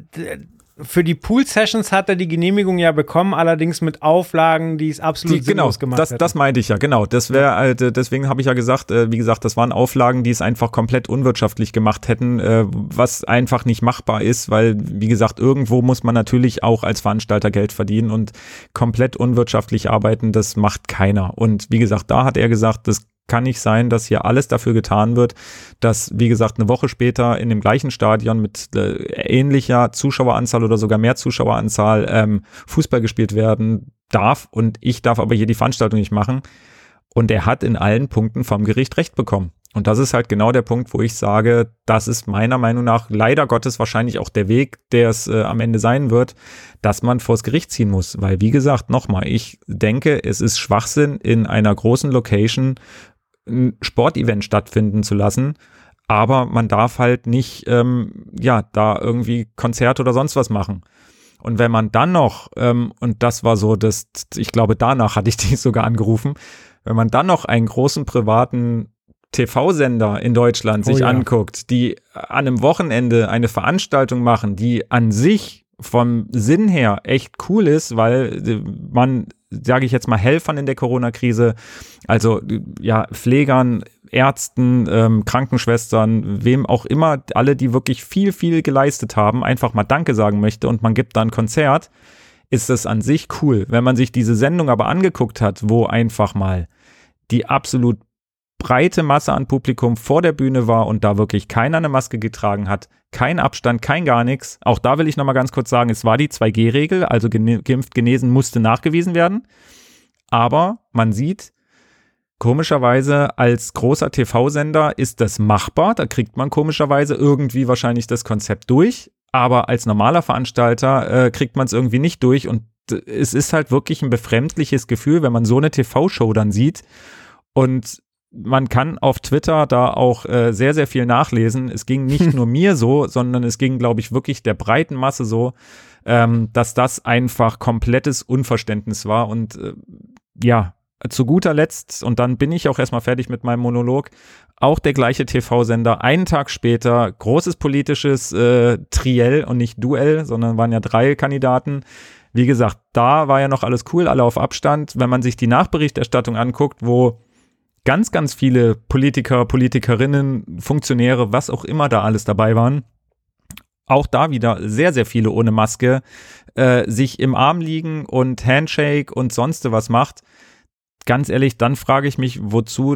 für die Pool-Sessions hat er die Genehmigung ja bekommen, allerdings mit Auflagen, die es absolut sinnlos gemacht hätten. Das meinte ich ja, genau. Das wäre halt, deswegen habe ich ja gesagt, wie gesagt, das waren Auflagen, die es einfach komplett unwirtschaftlich gemacht hätten, was einfach nicht machbar ist, weil, wie gesagt, irgendwo muss man natürlich auch als Veranstalter Geld verdienen und komplett unwirtschaftlich arbeiten, das macht keiner. Und wie gesagt, da hat er gesagt, das kann nicht sein, dass hier alles dafür getan wird, dass, wie gesagt, eine Woche später in dem gleichen Stadion mit ähnlicher Zuschaueranzahl oder sogar mehr Zuschaueranzahl Fußball gespielt werden darf und ich darf aber hier die Veranstaltung nicht machen. Und er hat in allen Punkten vom Gericht Recht bekommen. Und das ist halt genau der Punkt, wo ich sage, das ist meiner Meinung nach leider Gottes wahrscheinlich auch der Weg, der es am Ende sein wird, dass man vors Gericht ziehen muss. Weil, wie gesagt, nochmal, ich denke, es ist Schwachsinn, in einer großen Location ein Sportevent stattfinden zu lassen, aber man darf halt nicht, da irgendwie Konzerte oder sonst was machen. Und wenn man dann noch, und das war so, ich glaube, danach hatte ich dich sogar angerufen, wenn man dann noch einen großen privaten TV-Sender in Deutschland sich anguckt, die an einem Wochenende eine Veranstaltung machen, die an sich vom Sinn her echt cool ist, weil man, sage ich jetzt mal, Helfern in der Corona-Krise, also ja, Pflegern, Ärzten, Krankenschwestern, wem auch immer, alle, die wirklich viel, viel geleistet haben, einfach mal Danke sagen möchte und man gibt da ein Konzert, ist das an sich cool. Wenn man sich diese Sendung aber angeguckt hat, wo einfach mal die absolut breite Masse an Publikum vor der Bühne war und da wirklich keiner eine Maske getragen hat, kein Abstand, kein gar nichts. Auch da will ich nochmal ganz kurz sagen, es war die 2G-Regel, also geimpft, genesen musste nachgewiesen werden. Aber man sieht, komischerweise als großer TV-Sender ist das machbar, da kriegt man komischerweise irgendwie wahrscheinlich das Konzept durch, aber als normaler Veranstalter kriegt man es irgendwie nicht durch und es ist halt wirklich ein befremdliches Gefühl, wenn man so eine TV-Show dann sieht und man kann auf Twitter da auch sehr, sehr viel nachlesen. Es ging nicht nur mir so, sondern es ging, glaube ich, wirklich der breiten Masse so, dass das einfach komplettes Unverständnis war. Und ja, zu guter Letzt, und dann bin ich auch erstmal fertig mit meinem Monolog, auch der gleiche TV-Sender, einen Tag später, großes politisches Triell und nicht Duell, sondern waren ja 3 Kandidaten. Wie gesagt, da war ja noch alles cool, alle auf Abstand. Wenn man sich die Nachberichterstattung anguckt, wo ganz, ganz viele Politiker, Politikerinnen, Funktionäre, was auch immer da alles dabei waren, auch da wieder sehr, sehr viele ohne Maske, sich im Arm liegen und Handshake und sonst was macht. Ganz ehrlich, dann frage ich mich, wozu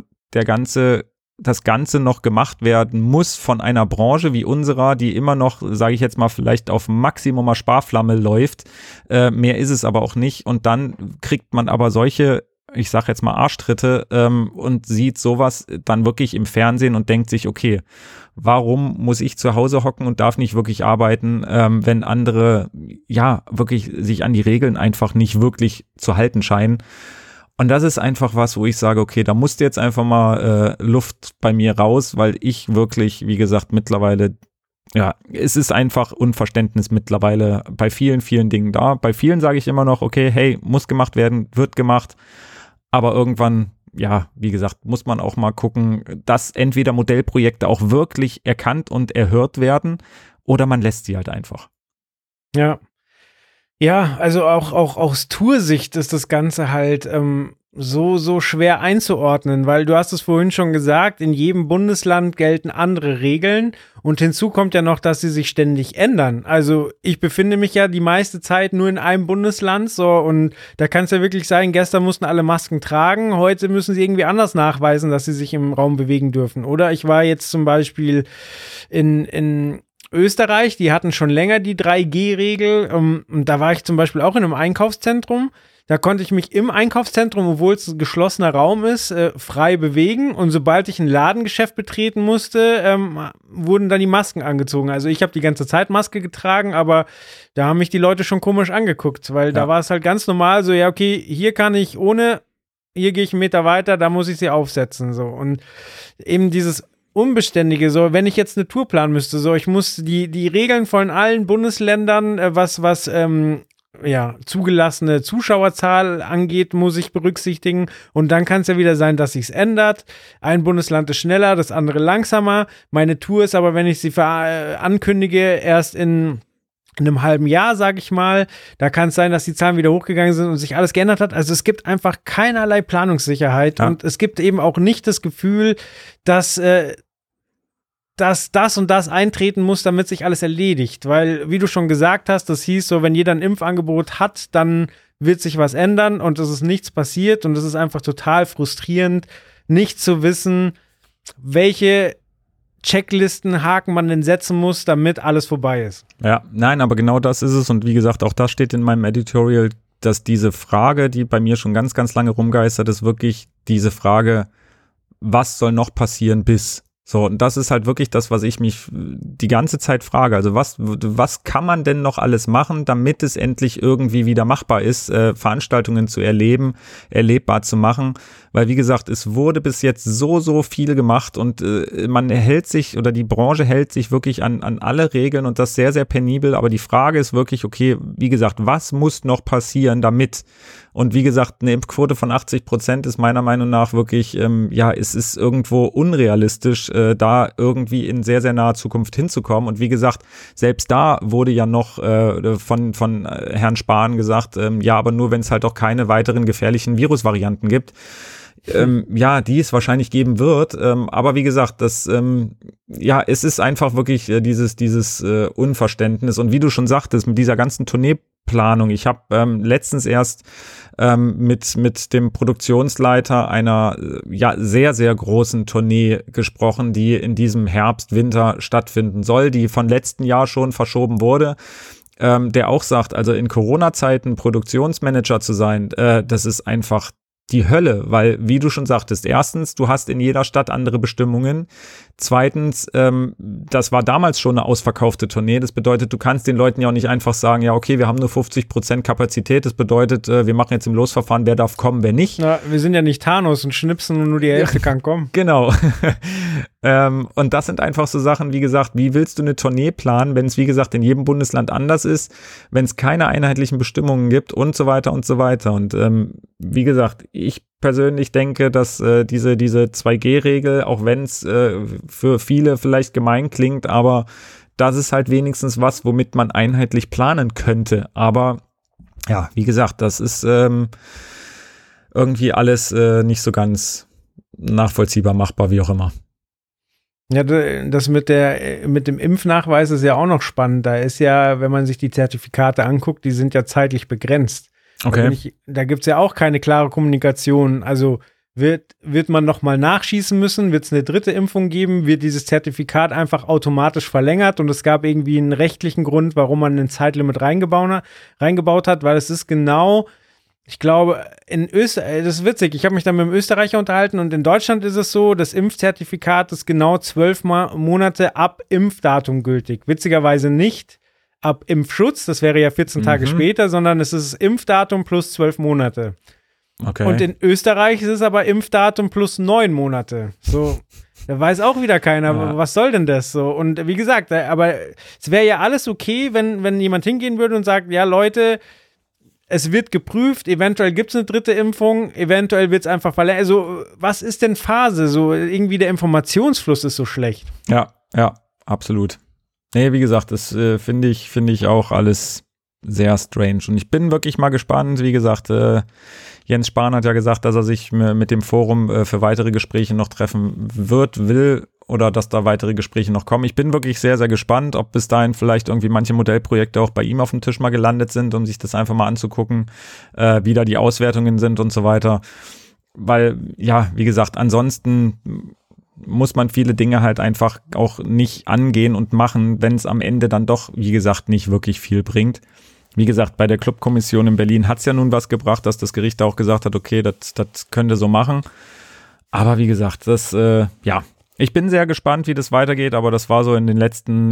das Ganze noch gemacht werden muss von einer Branche wie unserer, die immer noch, sage ich jetzt mal, vielleicht auf Maximum Sparflamme läuft. Mehr ist es aber auch nicht. Und dann kriegt man aber solche, ich sag jetzt mal Arschtritte und sieht sowas dann wirklich im Fernsehen und denkt sich, okay, warum muss ich zu Hause hocken und darf nicht wirklich arbeiten, wenn andere ja wirklich sich an die Regeln einfach nicht wirklich zu halten scheinen. Und das ist einfach was, wo ich sage, okay, da musste jetzt einfach mal Luft bei mir raus, weil ich wirklich, wie gesagt, mittlerweile, ja, es ist einfach Unverständnis mittlerweile bei vielen, vielen Dingen da. Bei vielen sage ich immer noch, okay, hey, muss gemacht werden, wird gemacht. Aber irgendwann, ja, wie gesagt, muss man auch mal gucken, dass entweder Modellprojekte auch wirklich erkannt und erhört werden oder man lässt sie halt einfach. Ja. Ja, also auch aus Toursicht ist das Ganze halt so schwer einzuordnen, weil du hast es vorhin schon gesagt, in jedem Bundesland gelten andere Regeln und hinzu kommt ja noch, dass sie sich ständig ändern. Also ich befinde mich ja die meiste Zeit nur in einem Bundesland so und da kann es ja wirklich sein, gestern mussten alle Masken tragen, heute müssen sie irgendwie anders nachweisen, dass sie sich im Raum bewegen dürfen. Oder ich war jetzt zum Beispiel in Österreich, die hatten schon länger die 3G-Regel und da war ich zum Beispiel auch in einem Einkaufszentrum. Da konnte ich mich im Einkaufszentrum, obwohl es ein geschlossener Raum ist, frei bewegen und sobald ich ein Ladengeschäft betreten musste, wurden dann die Masken angezogen. Also ich habe die ganze Zeit Maske getragen, aber da haben mich die Leute schon komisch angeguckt, weil da war es halt ganz normal so, ja okay, hier kann ich ohne, hier gehe ich einen Meter weiter, da muss ich sie aufsetzen so und eben dieses Unbeständige, so, wenn ich jetzt eine Tour planen müsste, so, ich muss die Regeln von allen Bundesländern, was zugelassene Zuschauerzahl angeht, muss ich berücksichtigen und dann kann es ja wieder sein, dass sich's ändert. Ein Bundesland ist schneller, das andere langsamer. Meine Tour ist aber, wenn ich sie ankündige, erst in einem halben Jahr, sage ich mal, da kann es sein, dass die Zahlen wieder hochgegangen sind und sich alles geändert hat. Also es gibt einfach keinerlei Planungssicherheit und es gibt eben auch nicht das Gefühl, dass das und das eintreten muss, damit sich alles erledigt. Weil, wie du schon gesagt hast, das hieß so, wenn jeder ein Impfangebot hat, dann wird sich was ändern und es ist nichts passiert und es ist einfach total frustrierend, nicht zu wissen, welche Checklistenhaken man denn setzen muss, damit alles vorbei ist. Ja, nein, aber genau das ist es und wie gesagt, auch das steht in meinem Editorial, dass diese Frage, die bei mir schon ganz, ganz lange rumgeistert, ist wirklich diese Frage, was soll noch passieren bis? So, und das ist halt wirklich das, was ich mich die ganze Zeit frage. Also was kann man denn noch alles machen, damit es endlich irgendwie wieder machbar ist, Veranstaltungen zu erlebbar zu machen? Weil, wie gesagt, es wurde bis jetzt so viel gemacht und man hält sich oder die Branche hält sich wirklich an alle Regeln und das sehr, sehr penibel. Aber die Frage ist wirklich, okay, wie gesagt, was muss noch passieren damit? Und wie gesagt, eine Impfquote von 80% ist meiner Meinung nach wirklich, es ist irgendwo unrealistisch, da irgendwie in sehr, sehr naher Zukunft hinzukommen. Und wie gesagt, selbst da wurde ja noch von Herrn Spahn gesagt, ja, aber nur wenn es halt auch keine weiteren gefährlichen Virusvarianten gibt. Ja, die es wahrscheinlich geben wird, aber wie gesagt, es ist einfach wirklich dieses Unverständnis und wie du schon sagtest, mit dieser ganzen Tourneeplanung, ich habe letztens erst mit dem Produktionsleiter einer sehr, sehr großen Tournee gesprochen, die in diesem Herbst, Winter stattfinden soll, die von letzten Jahr schon verschoben wurde. Der auch sagt, also in Corona-Zeiten Produktionsmanager zu sein, das ist einfach die Hölle, weil, wie du schon sagtest, erstens, du hast in jeder Stadt andere Bestimmungen. Zweitens, das war damals schon eine ausverkaufte Tournee. Das bedeutet, du kannst den Leuten ja auch nicht einfach sagen, ja, okay, wir haben nur 50% Kapazität. Das bedeutet, wir machen jetzt im Losverfahren, wer darf kommen, wer nicht. Na, wir sind ja nicht Thanos und schnipsen und nur die Hälfte kann kommen. Genau. Und das sind einfach so Sachen, wie gesagt, wie willst du eine Tournee planen, wenn es, wie gesagt, in jedem Bundesland anders ist, wenn es keine einheitlichen Bestimmungen gibt und so weiter und so weiter. Und wie gesagt, ich persönlich denke, dass diese 2G-Regel, auch wenn es für viele vielleicht gemein klingt, aber das ist halt wenigstens was, womit man einheitlich planen könnte. Aber ja, wie gesagt, das ist irgendwie alles nicht so ganz nachvollziehbar, machbar, wie auch immer. Ja, das mit dem Impfnachweis ist ja auch noch spannend. Da ist ja, wenn man sich die Zertifikate anguckt, die sind ja zeitlich begrenzt. Okay. Da gibt es ja auch keine klare Kommunikation. Also wird man nochmal nachschießen müssen? Wird es eine dritte Impfung geben? Wird dieses Zertifikat einfach automatisch verlängert? Und es gab irgendwie einen rechtlichen Grund, warum man ein Zeitlimit reingebaut hat, weil es ist genau, ich glaube, in Österreich, das ist witzig, ich habe mich dann mit einem Österreicher unterhalten und in Deutschland ist es so, das Impfzertifikat ist genau 12 Monate ab Impfdatum gültig. Witzigerweise nicht ab Impfschutz, das wäre ja 14 Tage später, sondern es ist das Impfdatum plus 12 Monate. Okay. Und in Österreich ist es aber Impfdatum plus 9 Monate. So, da weiß auch wieder keiner, was soll denn das so? Und wie gesagt, aber es wäre ja alles okay, wenn jemand hingehen würde und sagt, ja Leute, es wird geprüft, eventuell gibt es eine dritte Impfung, eventuell wird es einfach verlängert. Also, was ist denn Phase? So, irgendwie der Informationsfluss ist so schlecht. Ja, absolut. Nee, wie gesagt, das finde ich auch alles sehr strange. Und ich bin wirklich mal gespannt. Wie gesagt, Jens Spahn hat ja gesagt, dass er sich mit dem Forum für weitere Gespräche noch treffen will oder dass da weitere Gespräche noch kommen. Ich bin wirklich sehr, sehr gespannt, ob bis dahin vielleicht irgendwie manche Modellprojekte auch bei ihm auf dem Tisch mal gelandet sind, um sich das einfach mal anzugucken, wie da die Auswertungen sind und so weiter. Weil, ja, wie gesagt, ansonsten muss man viele Dinge halt einfach auch nicht angehen und machen, wenn es am Ende dann doch, wie gesagt, nicht wirklich viel bringt. Wie gesagt, bei der Clubkommission in Berlin hat es ja nun was gebracht, dass das Gericht auch gesagt hat, okay, das könnte so machen. Aber wie gesagt, ich bin sehr gespannt, wie das weitergeht, aber das war so in den letzten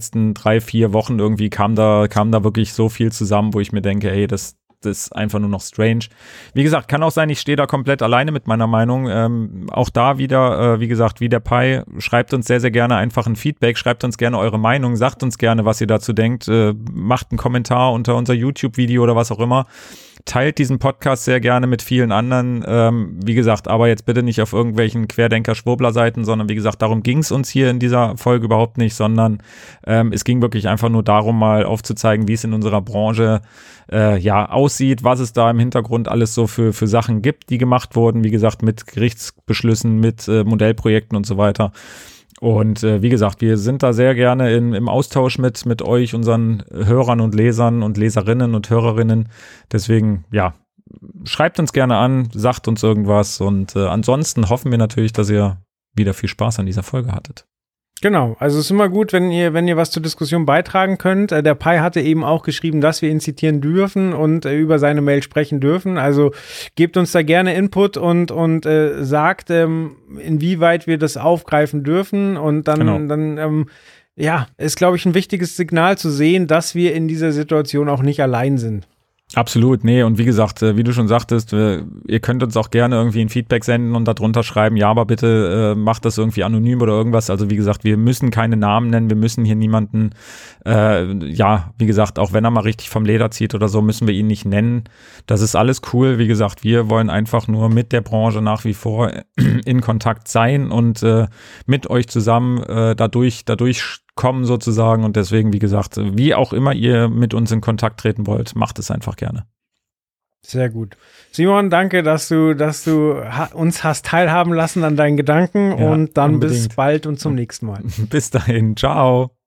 3-4 Wochen irgendwie kam da wirklich so viel zusammen, wo ich mir denke, ey, das ist einfach nur noch strange. Wie gesagt, kann auch sein, ich stehe da komplett alleine mit meiner Meinung. Auch da wieder, wie gesagt, wie der Pi, schreibt uns sehr, sehr gerne einfach ein Feedback, schreibt uns gerne eure Meinung, sagt uns gerne, was ihr dazu denkt, macht einen Kommentar unter unser YouTube-Video oder was auch immer. Teilt diesen Podcast sehr gerne mit vielen anderen. Wie gesagt, aber jetzt bitte nicht auf irgendwelchen Querdenker-Schwurbler-Seiten, sondern wie gesagt, darum ging es uns hier in dieser Folge überhaupt nicht, sondern es ging wirklich einfach nur darum, mal aufzuzeigen, wie es in unserer Branche aussieht, was es da im Hintergrund alles so für Sachen gibt, die gemacht wurden, wie gesagt, mit Gerichtsbeschlüssen, mit Modellprojekten und so weiter. Und wie gesagt, wir sind da sehr gerne im Austausch mit euch, unseren Hörern und Lesern und Leserinnen und Hörerinnen. Deswegen, ja, schreibt uns gerne an, sagt uns irgendwas. Und ansonsten hoffen wir natürlich, dass ihr wieder viel Spaß an dieser Folge hattet. Genau, also es ist immer gut, wenn ihr was zur Diskussion beitragen könnt. Der Pi hatte eben auch geschrieben, dass wir ihn zitieren dürfen und über seine Mail sprechen dürfen. Also gebt uns da gerne Input und sagt, inwieweit wir das aufgreifen dürfen. Und dann ist, glaube ich, ein wichtiges Signal zu sehen, dass wir in dieser Situation auch nicht allein sind. Absolut, nee, und wie gesagt, wie du schon sagtest, ihr könnt uns auch gerne irgendwie ein Feedback senden und darunter schreiben, ja, aber bitte macht das irgendwie anonym oder irgendwas. Also wie gesagt, wir müssen keine Namen nennen, wir müssen hier niemanden, wie gesagt, auch wenn er mal richtig vom Leder zieht oder so, müssen wir ihn nicht nennen. Das ist alles cool, wie gesagt, wir wollen einfach nur mit der Branche nach wie vor in Kontakt sein und mit euch zusammen dadurch kommen sozusagen, und deswegen, wie gesagt, wie auch immer ihr mit uns in Kontakt treten wollt, macht es einfach gerne. Sehr gut. Simon, danke, dass du uns hast teilhaben lassen an deinen Gedanken und dann unbedingt. Bis bald und zum nächsten Mal. Bis dahin, ciao.